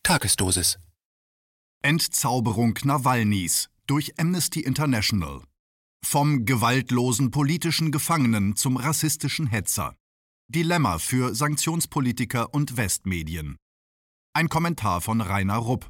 Tagesdosis. Entzauberung Nawalnys durch Amnesty International. Vom gewaltlosen politischen Gefangenen zum rassistischen Hetzer. Dilemma für Sanktionspolitiker und Westmedien. Ein Kommentar von Rainer Rupp.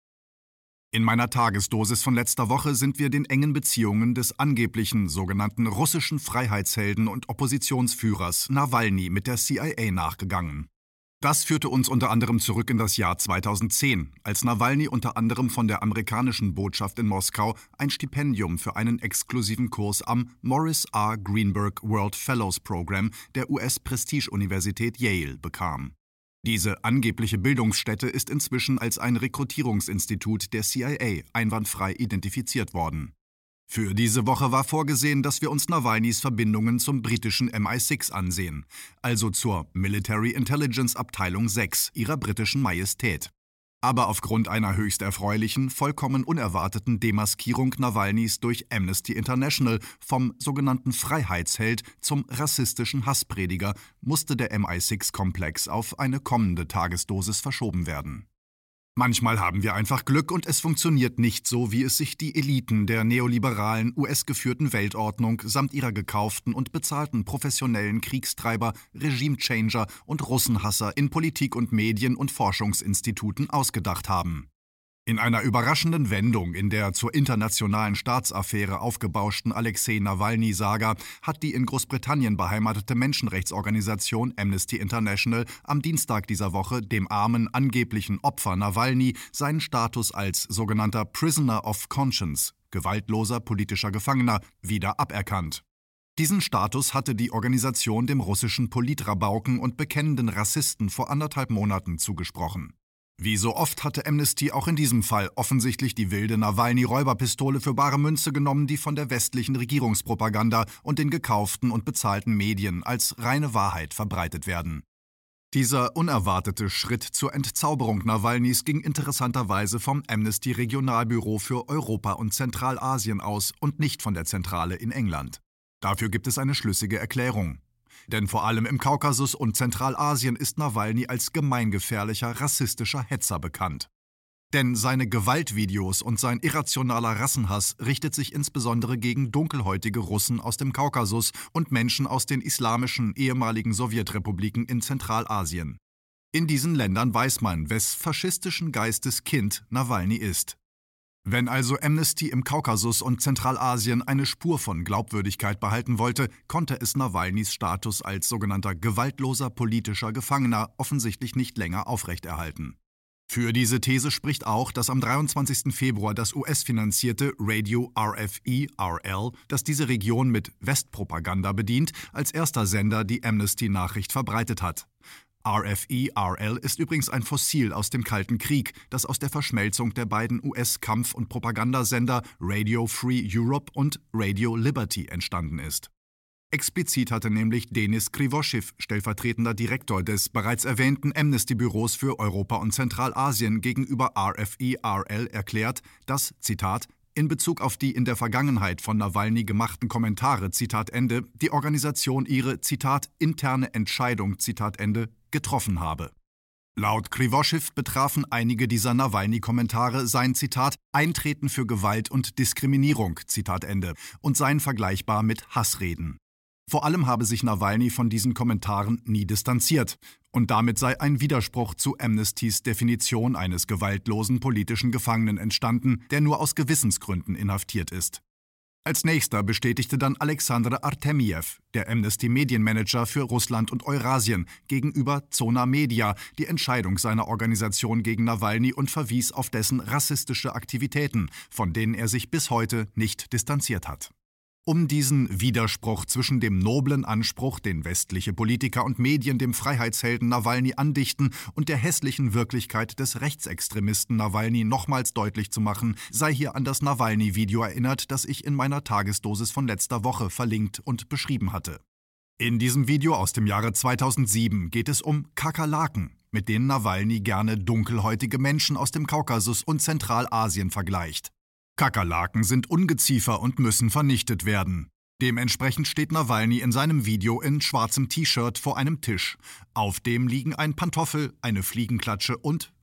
In meiner Tagesdosis von letzter Woche sind wir den engen Beziehungen des angeblichen sogenannten russischen Freiheitshelden und Oppositionsführers Nawalny mit der CIA nachgegangen. Das führte uns unter anderem zurück in das Jahr 2010, als Nawalny unter anderem von der amerikanischen Botschaft in Moskau ein Stipendium für einen exklusiven Kurs am Morris R. Greenberg World Fellows Program der US-Prestige-Universität Yale bekam. Diese angebliche Bildungsstätte ist inzwischen als ein Rekrutierungsinstitut der CIA einwandfrei identifiziert worden. Für diese Woche war vorgesehen, dass wir uns Nawalnys Verbindungen zum britischen MI6 ansehen, also zur Military Intelligence Abteilung 6 ihrer britischen Majestät. Aber aufgrund einer höchst erfreulichen, vollkommen unerwarteten Demaskierung Nawalnys durch Amnesty International vom sogenannten Freiheitsheld zum rassistischen Hassprediger musste der MI6-Komplex auf eine kommende Tagesdosis verschoben werden. Manchmal haben wir einfach Glück und es funktioniert nicht so, wie es sich die Eliten der neoliberalen, US-geführten Weltordnung samt ihrer gekauften und bezahlten professionellen Kriegstreiber, Regimechanger und Russenhasser in Politik und Medien und Forschungsinstituten ausgedacht haben. In einer überraschenden Wendung in der zur internationalen Staatsaffäre aufgebauschten Alexei-Nawalny-Saga hat die in Großbritannien beheimatete Menschenrechtsorganisation Amnesty International am Dienstag dieser Woche dem armen angeblichen Opfer Nawalny seinen Status als sogenannter Prisoner of Conscience, gewaltloser politischer Gefangener, wieder aberkannt. Diesen Status hatte die Organisation dem russischen Politrabauken und bekennenden Rassisten vor 1,5 Monaten zugesprochen. Wie so oft hatte Amnesty auch in diesem Fall offensichtlich die wilde Nawalny-Räuberpistole für bare Münze genommen, die von der westlichen Regierungspropaganda und den gekauften und bezahlten Medien als reine Wahrheit verbreitet werden. Dieser unerwartete Schritt zur Entzauberung Nawalnys ging interessanterweise vom Amnesty-Regionalbüro für Europa und Zentralasien aus und nicht von der Zentrale in England. Dafür gibt es eine schlüssige Erklärung. Denn vor allem im Kaukasus und Zentralasien ist Nawalny als gemeingefährlicher, rassistischer Hetzer bekannt. Denn seine Gewaltvideos und sein irrationaler Rassenhass richtet sich insbesondere gegen dunkelhäutige Russen aus dem Kaukasus und Menschen aus den islamischen ehemaligen Sowjetrepubliken in Zentralasien. In diesen Ländern weiß man, wes faschistischen Geistes Kind Nawalny ist. Wenn also Amnesty im Kaukasus und Zentralasien eine Spur von Glaubwürdigkeit behalten wollte, konnte es Nawalnys Status als sogenannter gewaltloser politischer Gefangener offensichtlich nicht länger aufrechterhalten. Für diese These spricht auch, dass am 23. Februar das US-finanzierte Radio RFE-RL, das diese Region mit Westpropaganda bedient, als erster Sender die Amnesty-Nachricht verbreitet hat. RFE-RL ist übrigens ein Fossil aus dem Kalten Krieg, das aus der Verschmelzung der beiden US-Kampf- und Propagandasender Radio Free Europe und Radio Liberty entstanden ist. Explizit hatte nämlich Denis Krivoshev, stellvertretender Direktor des bereits erwähnten Amnesty-Büros für Europa und Zentralasien, gegenüber RFE-RL erklärt, dass, Zitat, in Bezug auf die in der Vergangenheit von Nawalny gemachten Kommentare, Zitat Ende, die Organisation ihre, Zitat, interne Entscheidung, Zitat Ende, getroffen habe. Laut Krivoshev betrafen einige dieser Nawalny-Kommentare sein, Zitat, Eintreten für Gewalt und Diskriminierung, Zitat Ende, und seien vergleichbar mit Hassreden. Vor allem habe sich Nawalny von diesen Kommentaren nie distanziert und damit sei ein Widerspruch zu Amnestys Definition eines gewaltlosen politischen Gefangenen entstanden, der nur aus Gewissensgründen inhaftiert ist. Als nächster bestätigte dann Alexander Artemiev, der Amnesty-Medienmanager für Russland und Eurasien, gegenüber Zona Media die Entscheidung seiner Organisation gegen Nawalny und verwies auf dessen rassistische Aktivitäten, von denen er sich bis heute nicht distanziert hat. Um diesen Widerspruch zwischen dem noblen Anspruch, den westliche Politiker und Medien dem Freiheitshelden Nawalny andichten, und der hässlichen Wirklichkeit des Rechtsextremisten Nawalny nochmals deutlich zu machen, sei hier an das Nawalny-Video erinnert, das ich in meiner Tagesdosis von letzter Woche verlinkt und beschrieben hatte. In diesem Video aus dem Jahre 2007 geht es um Kakerlaken, mit denen Nawalny gerne dunkelhäutige Menschen aus dem Kaukasus und Zentralasien vergleicht. Kakerlaken sind Ungeziefer und müssen vernichtet werden. Dementsprechend steht Nawalny in seinem Video in schwarzem T-Shirt vor einem Tisch. Auf dem liegen ein Pantoffel, eine Fliegenklatsche und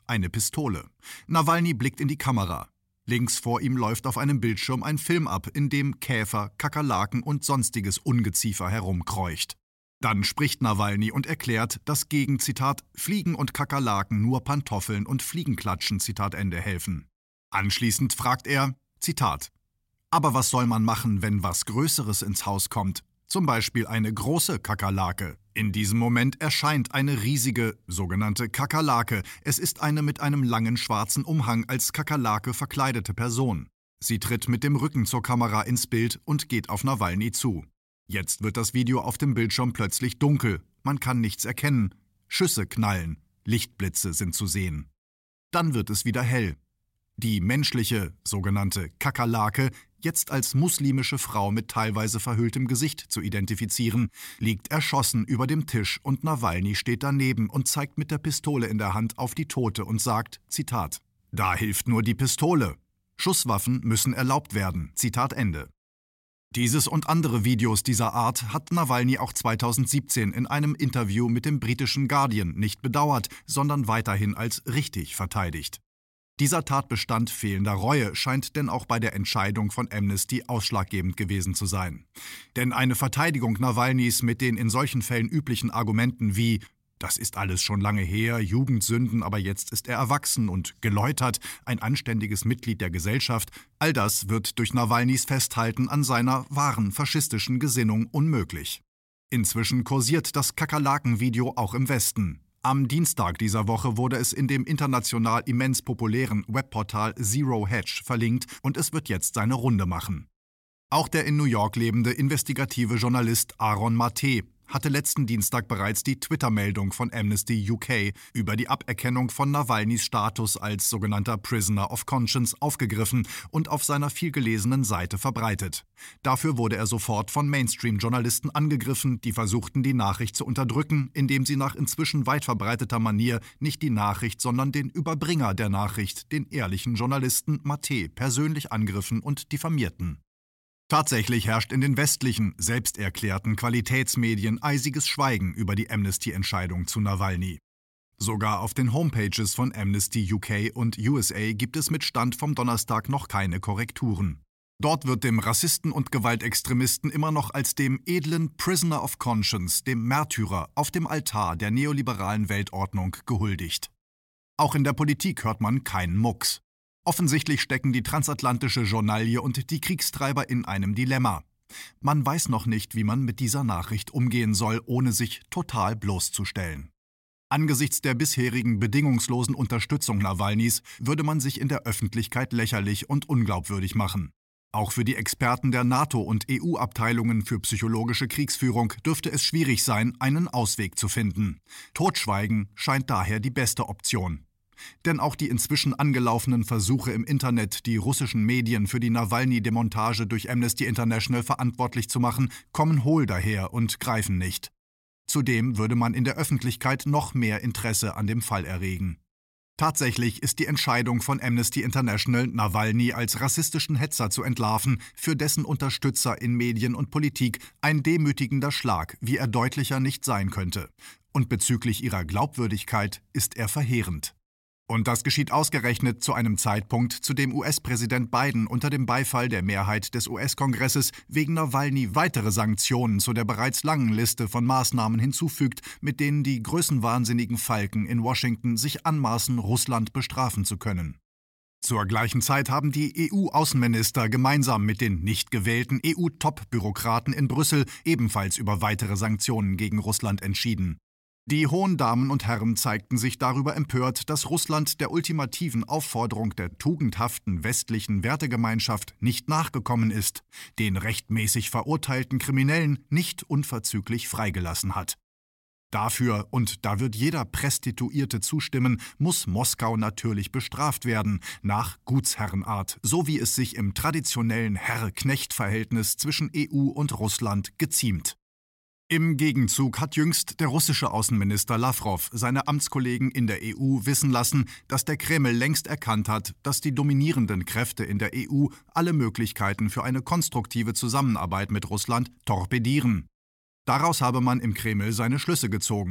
eine Pistole. Nawalny blickt in die Kamera. Links vor ihm läuft auf einem Bildschirm ein Film ab, in dem Käfer, Kakerlaken und sonstiges Ungeziefer herumkreucht. Dann spricht Nawalny und erklärt, dass gegen, Zitat, Fliegen und Kakerlaken nur Pantoffeln und Fliegenklatschen, Zitat Ende, helfen. Anschließend fragt er, Zitat, aber was soll man machen, wenn was Größeres ins Haus kommt? Zum Beispiel eine große Kakerlake. In diesem Moment erscheint eine riesige, sogenannte Kakerlake. Es ist eine mit einem langen schwarzen Umhang als Kakerlake verkleidete Person. Sie tritt mit dem Rücken zur Kamera ins Bild und geht auf Nawalny zu. Jetzt wird das Video auf dem Bildschirm plötzlich dunkel. Man kann nichts erkennen. Schüsse knallen. Lichtblitze sind zu sehen. Dann wird es wieder hell. Die menschliche, sogenannte Kakerlake, jetzt als muslimische Frau mit teilweise verhülltem Gesicht zu identifizieren, liegt erschossen über dem Tisch und Nawalny steht daneben und zeigt mit der Pistole in der Hand auf die Tote und sagt, Zitat, da hilft nur die Pistole. Schusswaffen müssen erlaubt werden. Zitat Ende. Dieses und andere Videos dieser Art hat Nawalny auch 2017 in einem Interview mit dem britischen Guardian nicht bedauert, sondern weiterhin als richtig verteidigt. Dieser Tatbestand fehlender Reue scheint denn auch bei der Entscheidung von Amnesty ausschlaggebend gewesen zu sein. Denn eine Verteidigung Nawalnys mit den in solchen Fällen üblichen Argumenten wie „Das ist alles schon lange her, Jugendsünden, aber jetzt ist er erwachsen und geläutert, ein anständiges Mitglied der Gesellschaft“, all das wird durch Nawalnys Festhalten an seiner wahren faschistischen Gesinnung unmöglich. Inzwischen kursiert das Kakerlaken-Video auch im Westen. Am Dienstag dieser Woche wurde es in dem international immens populären Webportal Zero Hedge verlinkt und es wird jetzt seine Runde machen. Auch der in New York lebende investigative Journalist Aaron Mate hatte letzten Dienstag bereits die Twitter-Meldung von Amnesty UK über die Aberkennung von Nawalnys Status als sogenannter Prisoner of Conscience aufgegriffen und auf seiner vielgelesenen Seite verbreitet. Dafür wurde er sofort von Mainstream-Journalisten angegriffen, die versuchten, die Nachricht zu unterdrücken, indem sie nach inzwischen weit verbreiteter Manier nicht die Nachricht, sondern den Überbringer der Nachricht, den ehrlichen Journalisten Mate, persönlich angriffen und diffamierten. Tatsächlich herrscht in den westlichen, selbsterklärten Qualitätsmedien eisiges Schweigen über die Amnesty-Entscheidung zu Nawalny. Sogar auf den Homepages von Amnesty UK und USA gibt es mit Stand vom Donnerstag noch keine Korrekturen. Dort wird dem Rassisten und Gewaltextremisten immer noch als dem edlen Prisoner of Conscience, dem Märtyrer, auf dem Altar der neoliberalen Weltordnung gehuldigt. Auch in der Politik hört man keinen Mucks. Offensichtlich stecken die transatlantische Journalie und die Kriegstreiber in einem Dilemma. Man weiß noch nicht, wie man mit dieser Nachricht umgehen soll, ohne sich total bloßzustellen. Angesichts der bisherigen bedingungslosen Unterstützung Nawalnys würde man sich in der Öffentlichkeit lächerlich und unglaubwürdig machen. Auch für die Experten der NATO- und EU-Abteilungen für psychologische Kriegsführung dürfte es schwierig sein, einen Ausweg zu finden. Totschweigen scheint daher die beste Option. Denn auch die inzwischen angelaufenen Versuche im Internet, die russischen Medien für die Nawalny-Demontage durch Amnesty International verantwortlich zu machen, kommen hohl daher und greifen nicht. Zudem würde man in der Öffentlichkeit noch mehr Interesse an dem Fall erregen. Tatsächlich ist die Entscheidung von Amnesty International, Nawalny als rassistischen Hetzer zu entlarven, für dessen Unterstützer in Medien und Politik ein demütigender Schlag, wie er deutlicher nicht sein könnte. Und bezüglich ihrer Glaubwürdigkeit ist er verheerend. Und das geschieht ausgerechnet zu einem Zeitpunkt, zu dem US-Präsident Biden unter dem Beifall der Mehrheit des US-Kongresses wegen Nawalny weitere Sanktionen zu der bereits langen Liste von Maßnahmen hinzufügt, mit denen die größenwahnsinnigen Falken in Washington sich anmaßen, Russland bestrafen zu können. Zur gleichen Zeit haben die EU-Außenminister gemeinsam mit den nicht gewählten EU-Top-Bürokraten in Brüssel ebenfalls über weitere Sanktionen gegen Russland entschieden. Die hohen Damen und Herren zeigten sich darüber empört, dass Russland der ultimativen Aufforderung der tugendhaften westlichen Wertegemeinschaft nicht nachgekommen ist, den rechtmäßig verurteilten Kriminellen nicht unverzüglich freigelassen hat. Dafür, und da wird jeder Prostituierte zustimmen, muss Moskau natürlich bestraft werden, nach Gutsherrenart, so wie es sich im traditionellen Herr-Knecht-Verhältnis zwischen EU und Russland geziemt. Im Gegenzug hat jüngst der russische Außenminister Lawrow seine Amtskollegen in der EU wissen lassen, dass der Kreml längst erkannt hat, dass die dominierenden Kräfte in der EU alle Möglichkeiten für eine konstruktive Zusammenarbeit mit Russland torpedieren. Daraus habe man im Kreml seine Schlüsse gezogen.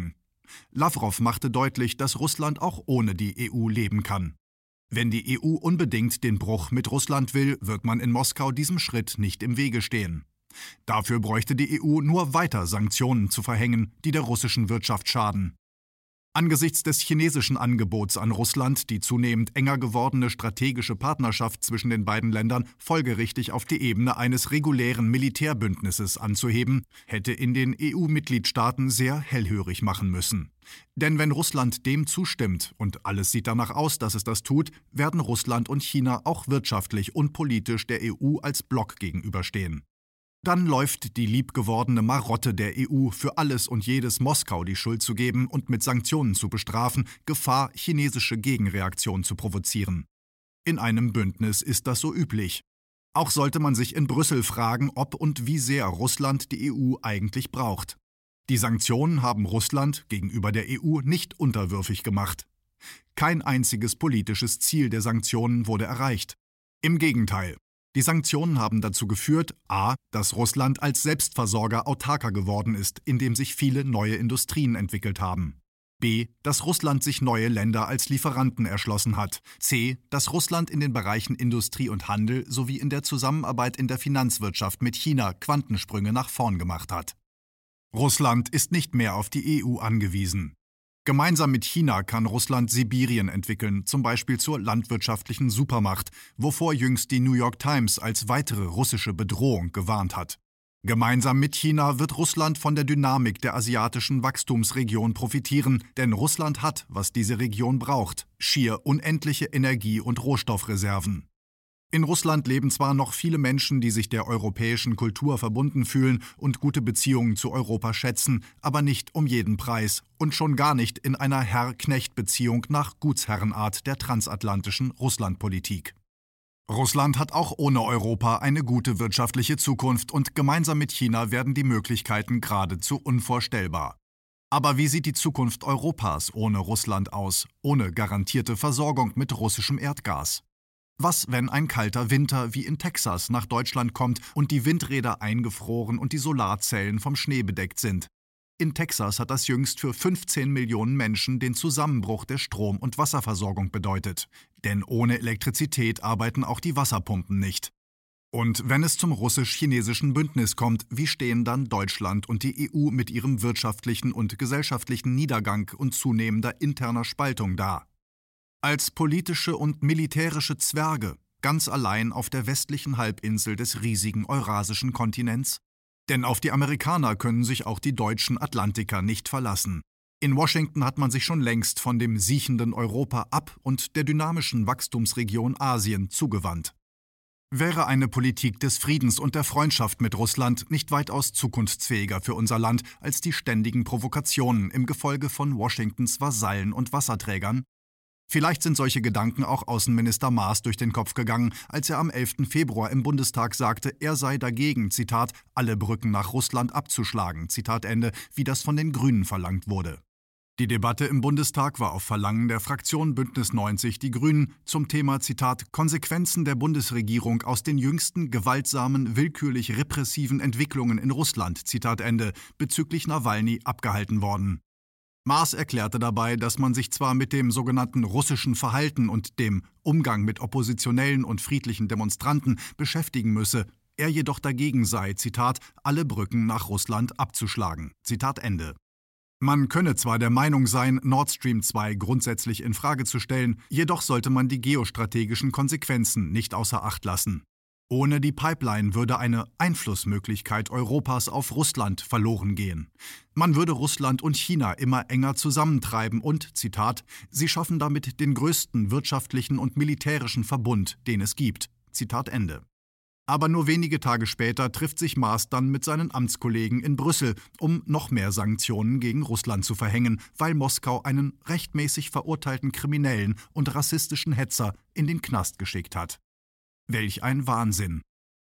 Lavrov machte deutlich, dass Russland auch ohne die EU leben kann. Wenn die EU unbedingt den Bruch mit Russland will, wird man in Moskau diesem Schritt nicht im Wege stehen. Dafür bräuchte die EU nur weiter Sanktionen zu verhängen, die der russischen Wirtschaft schaden. Angesichts des chinesischen Angebots an Russland, die zunehmend enger gewordene strategische Partnerschaft zwischen den beiden Ländern folgerichtig auf die Ebene eines regulären Militärbündnisses anzuheben, hätte in den EU-Mitgliedstaaten sehr hellhörig machen müssen. Denn wenn Russland dem zustimmt, und alles sieht danach aus, dass es das tut, werden Russland und China auch wirtschaftlich und politisch der EU als Block gegenüberstehen. Dann läuft die liebgewordene Marotte der EU, für alles und jedes Moskau die Schuld zu geben und mit Sanktionen zu bestrafen, Gefahr, chinesische Gegenreaktion zu provozieren. In einem Bündnis ist das so üblich. Auch sollte man sich in Brüssel fragen, ob und wie sehr Russland die EU eigentlich braucht. Die Sanktionen haben Russland gegenüber der EU nicht unterwürfig gemacht. Kein einziges politisches Ziel der Sanktionen wurde erreicht. Im Gegenteil. Die Sanktionen haben dazu geführt, a., dass Russland als Selbstversorger autarker geworden ist, indem sich viele neue Industrien entwickelt haben. B., dass Russland sich neue Länder als Lieferanten erschlossen hat. C., dass Russland in den Bereichen Industrie und Handel sowie in der Zusammenarbeit in der Finanzwirtschaft mit China Quantensprünge nach vorn gemacht hat. Russland ist nicht mehr auf die EU angewiesen. Gemeinsam mit China kann Russland Sibirien entwickeln, zum Beispiel zur landwirtschaftlichen Supermacht, wovor jüngst die New York Times als weitere russische Bedrohung gewarnt hat. Gemeinsam mit China wird Russland von der Dynamik der asiatischen Wachstumsregion profitieren, denn Russland hat, was diese Region braucht, schier unendliche Energie- und Rohstoffreserven. In Russland leben zwar noch viele Menschen, die sich der europäischen Kultur verbunden fühlen und gute Beziehungen zu Europa schätzen, aber nicht um jeden Preis und schon gar nicht in einer Herr-Knecht-Beziehung nach Gutsherrenart der transatlantischen Russlandpolitik. Russland hat auch ohne Europa eine gute wirtschaftliche Zukunft und gemeinsam mit China werden die Möglichkeiten geradezu unvorstellbar. Aber wie sieht die Zukunft Europas ohne Russland aus, ohne garantierte Versorgung mit russischem Erdgas? Was, wenn ein kalter Winter wie in Texas nach Deutschland kommt und die Windräder eingefroren und die Solarzellen vom Schnee bedeckt sind? In Texas hat das jüngst für 15 Millionen Menschen den Zusammenbruch der Strom- und Wasserversorgung bedeutet. Denn ohne Elektrizität arbeiten auch die Wasserpumpen nicht. Und wenn es zum russisch-chinesischen Bündnis kommt, wie stehen dann Deutschland und die EU mit ihrem wirtschaftlichen und gesellschaftlichen Niedergang und zunehmender interner Spaltung da? Als politische und militärische Zwerge, ganz allein auf der westlichen Halbinsel des riesigen eurasischen Kontinents? Denn auf die Amerikaner können sich auch die deutschen Atlantiker nicht verlassen. In Washington hat man sich schon längst von dem siechenden Europa ab und der dynamischen Wachstumsregion Asien zugewandt. Wäre eine Politik des Friedens und der Freundschaft mit Russland nicht weitaus zukunftsfähiger für unser Land als die ständigen Provokationen im Gefolge von Washingtons Vasallen und Wasserträgern? Vielleicht sind solche Gedanken auch Außenminister Maas durch den Kopf gegangen, als er am 11. Februar im Bundestag sagte, er sei dagegen, Zitat, alle Brücken nach Russland abzuschlagen, Zitat Ende, wie das von den Grünen verlangt wurde. Die Debatte im Bundestag war auf Verlangen der Fraktion Bündnis 90 Die Grünen zum Thema, Zitat, Konsequenzen der Bundesregierung aus den jüngsten gewaltsamen, willkürlich repressiven Entwicklungen in Russland, Zitat Ende, bezüglich Nawalny abgehalten worden. Maas erklärte dabei, dass man sich zwar mit dem sogenannten russischen Verhalten und dem Umgang mit oppositionellen und friedlichen Demonstranten beschäftigen müsse, er jedoch dagegen sei, Zitat, alle Brücken nach Russland abzuschlagen, Zitat Ende. Man könne zwar der Meinung sein, Nord Stream 2 grundsätzlich in Frage zu stellen, jedoch sollte man die geostrategischen Konsequenzen nicht außer Acht lassen. Ohne die Pipeline würde eine Einflussmöglichkeit Europas auf Russland verloren gehen. Man würde Russland und China immer enger zusammentreiben und, Zitat, sie schaffen damit den größten wirtschaftlichen und militärischen Verbund, den es gibt. Zitat Ende. Aber nur wenige Tage später trifft sich Maas dann mit seinen Amtskollegen in Brüssel, um noch mehr Sanktionen gegen Russland zu verhängen, weil Moskau einen rechtmäßig verurteilten Kriminellen und rassistischen Hetzer in den Knast geschickt hat. Welch ein Wahnsinn.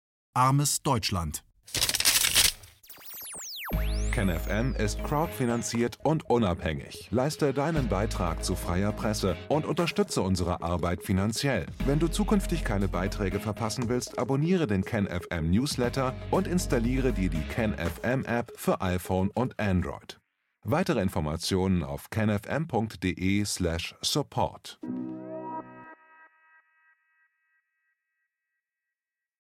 Armes Deutschland. KenFM ist crowdfinanziert und unabhängig. Leiste deinen Beitrag zu freier Presse und unterstütze unsere Arbeit finanziell. Wenn du zukünftig keine Beiträge verpassen willst, abonniere den KenFM Newsletter und installiere dir die KenFM App für iPhone und Android. Weitere Informationen auf kenfm.de/support.